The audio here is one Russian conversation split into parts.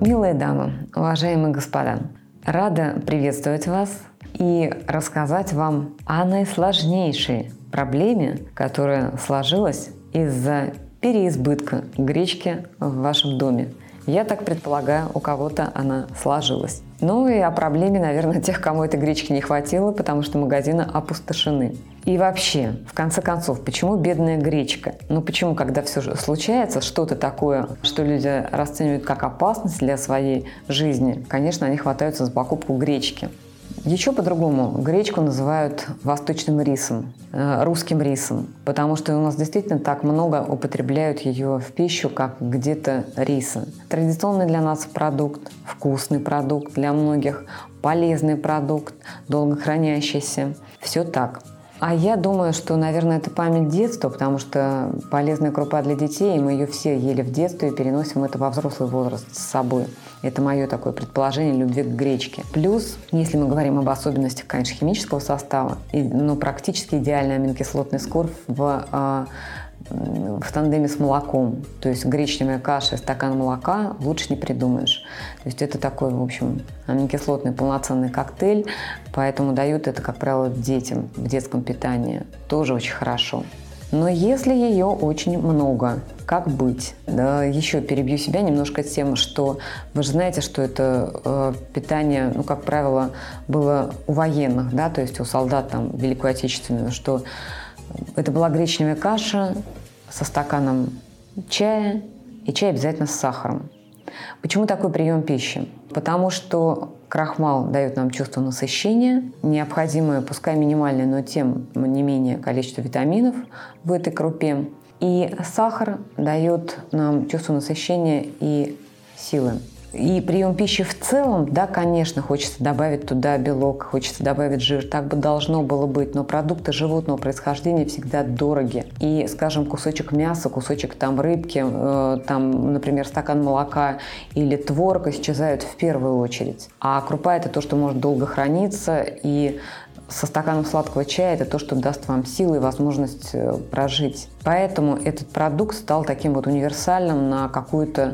Милые дамы, уважаемые господа, рада приветствовать вас и рассказать вам о наисложнейшей проблеме, которая сложилась из-за переизбытка гречки в вашем доме. Я так предполагаю, у кого-то она сложилась. Ну и о проблеме, наверное, тех, кому этой гречки не хватило, потому что магазины опустошены. И вообще, в конце концов, почему бедная гречка? Ну почему, когда все же случается, что-то такое, что люди расценивают как опасность для своей жизни, конечно, они хватаются за покупку гречки. Еще по-другому гречку называют восточным рисом, русским рисом, потому что у нас действительно так много употребляют ее в пищу, как где-то риса. Традиционный для нас продукт, вкусный продукт для многих, полезный продукт, долго хранящийся. Все так. А я думаю, что, наверное, это память детства, потому что полезная крупа для детей, и мы ее все ели в детстве и переносим это во взрослый возраст с собой. Это мое такое предположение любви к гречке. Плюс, если мы говорим об особенностях, конечно, химического состава, но практически идеальный аминокислотный скор в тандеме с молоком. То есть гречневая каша и стакан молока лучше не придумаешь. То есть это такой, в общем, аминокислотный полноценный коктейль, поэтому дают это, как правило, детям в детском питании. Тоже очень хорошо. Но если ее очень много, как быть? Да, еще перебью себя немножко тем, что вы же знаете, что это питание, ну, как правило, было у военных, да, то есть у солдат там Великой Отечественной, что это была гречневая каша со стаканом чая, и чай обязательно с сахаром. Почему такой прием пищи? Потому что крахмал дает нам чувство насыщения, необходимое, пускай минимальное, но тем не менее количество витаминов в этой крупе. И сахар дает нам чувство насыщения и силы. И прием пищи в целом, да, конечно, хочется добавить туда белок, хочется добавить жир, так бы должно было быть, но продукты животного происхождения всегда дороги. И, скажем, кусочек мяса, кусочек там рыбки, там, например, стакан молока или творог исчезают в первую очередь. А крупа – это то, что может долго храниться, и со стаканом сладкого чая – это то, что даст вам силы и возможность прожить. Поэтому этот продукт стал таким вот универсальным на какую-то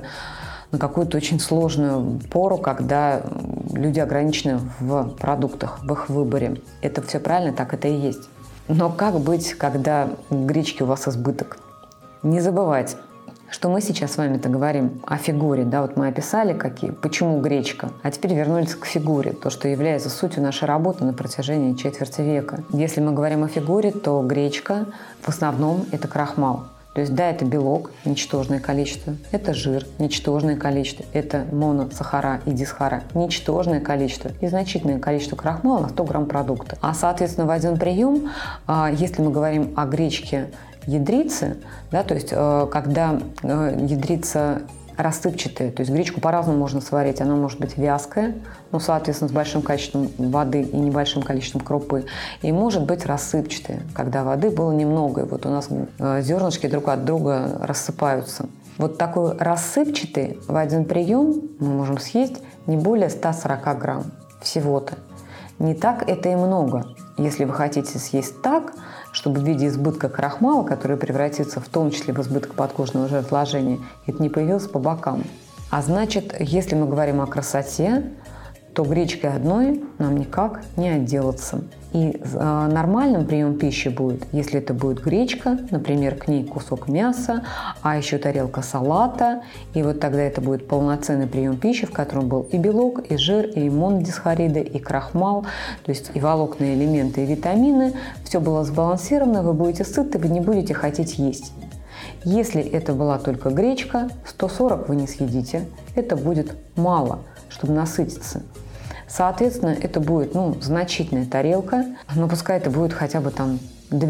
очень сложную пору, когда люди ограничены в продуктах, в их выборе. Это все правильно, так это и есть. Но как быть, когда гречки у вас избыток? Не забывать, что мы сейчас с вами-то говорим о фигуре. Да, вот мы описали, почему гречка, а теперь вернулись к фигуре, то, что является сутью нашей работы на протяжении четверти века. Если мы говорим о фигуре, то гречка в основном это крахмал. То есть, да, это белок, ничтожное количество, это жир, ничтожное количество, это моносахара и дисахара, ничтожное количество и значительное количество крахмала на 100 грамм продукта. А, соответственно, в один прием, если мы говорим о гречке ядрицы, да, то есть, когда ядрица рассыпчатая, то есть гречку по-разному можно сварить, она может быть вязкая, ну, соответственно, с большим количеством воды и небольшим количеством крупы, и может быть рассыпчатая, когда воды было немного, и вот у нас зернышки друг от друга рассыпаются. Вот такой рассыпчатый в один прием мы можем съесть не более 140 грамм всего-то. Не так это и много. Если вы хотите съесть так, чтобы в виде избытка крахмала, который превратится в том числе в избыток подкожного жиротложения, это не появилось по бокам. А значит, если мы говорим о красоте, то гречкой одной нам никак не отделаться. И нормальным приемом пищи будет, если это будет гречка, например, к ней кусок мяса, а еще тарелка салата, и вот тогда это будет полноценный прием пищи, в котором был и белок, и жир, и монодисахариды, и крахмал, то есть и волокна, элементы, и витамины. Все было сбалансировано, вы будете сыты, вы не будете хотеть есть. Если это была только гречка, 140 вы не съедите, это будет мало, чтобы насытиться. Соответственно, это будет, значительная тарелка, но пускай это будет хотя бы там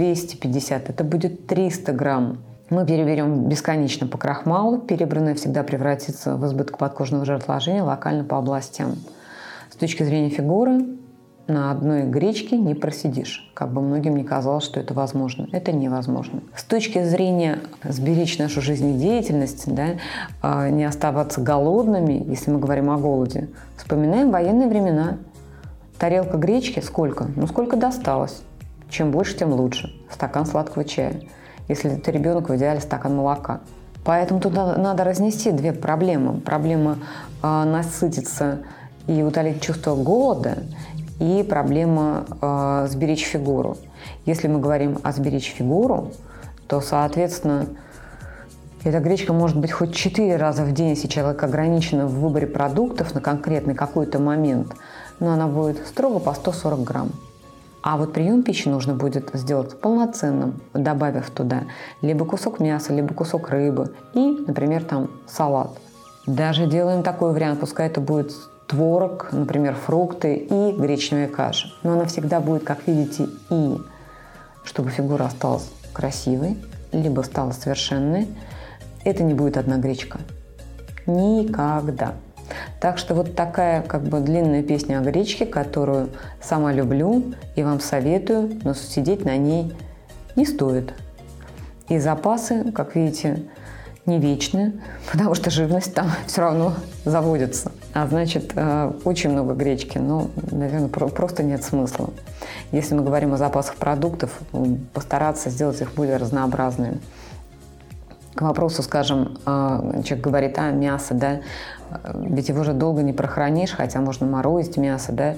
250, это будет 300 грамм. Мы переберем бесконечно по крахмалу, перебранное всегда превратится в избыток подкожного жиротложения локально по областям. С точки зрения фигуры, на одной гречке не просидишь. Как бы многим не казалось, что это возможно. Это невозможно. С точки зрения сберечь нашу жизнедеятельность, да, не оставаться голодными, если мы говорим о голоде, вспоминаем военные времена. Тарелка гречки сколько? Сколько досталось. Чем больше, тем лучше. Стакан сладкого чая. Если это ребенок, в идеале стакан молока. Поэтому тут надо разнести две проблемы. Проблема насытиться и утолить чувство голода, и проблема сберечь фигуру. Если мы говорим о сберечь фигуру, то, соответственно, эта гречка может быть хоть 4 раза в день, если человек ограничен в выборе продуктов на конкретный какой-то момент, но она будет строго по 140 грамм. А вот прием пищи нужно будет сделать полноценным, добавив туда либо кусок мяса, либо кусок рыбы и, например, там салат. Даже делаем такой вариант, пускай это будет творог, например, фрукты и гречневая каша. Но она всегда будет, как видите, и чтобы фигура осталась красивой, либо стала совершенной. Это не будет одна гречка. Никогда. Так что вот такая как бы длинная песня о гречке, которую сама люблю и вам советую, но сидеть на ней не стоит. И запасы, как видите, не вечны, потому что живность там все равно заводится. А значит, очень много гречки, но, наверное, просто нет смысла. Если мы говорим о запасах продуктов, постараться сделать их более разнообразными. К вопросу, скажем, человек говорит, мясо, да, ведь его же долго не прохранишь, хотя можно морозить мясо, да.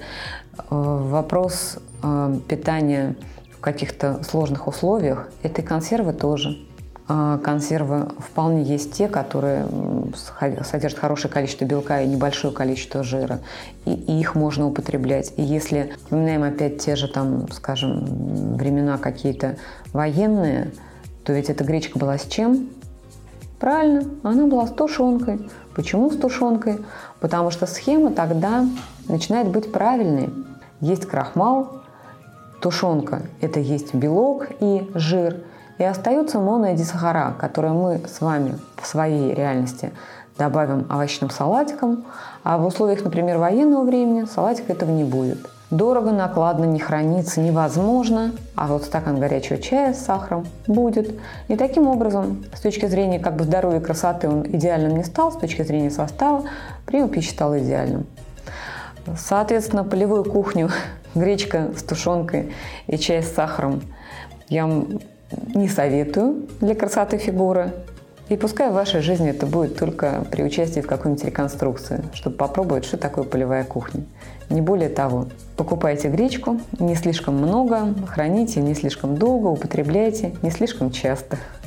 Вопрос питания в каких-то сложных условиях – это и консервы тоже. Консервы вполне есть те, которые содержат хорошее количество белка и небольшое количество жира, и их можно употреблять. И если вспоминаем опять те же, там, скажем, времена какие-то военные, то ведь эта гречка была с чем? Правильно, она была с тушенкой. Почему с тушенкой? Потому что схема тогда начинает быть правильной. Есть крахмал, тушенка – это есть белок и жир. И остаются монодисахара, которые мы с вами в своей реальности добавим овощным салатиком, а в условиях, например, военного времени салатик этого не будет. Дорого, накладно, не хранится, невозможно, а вот стакан горячего чая с сахаром будет. И таким образом, с точки зрения как бы здоровья и красоты, он идеальным не стал, с точки зрения состава прием пищи стал идеальным. Соответственно, полевую кухню, гречка с тушенкой и чай с сахаром я вам не советую для красоты фигуры. И пускай в вашей жизни это будет только при участии в какой-нибудь реконструкции, чтобы попробовать, что такое полевая кухня. Не более того. Покупайте гречку не слишком много, храните не слишком долго, употребляйте не слишком часто.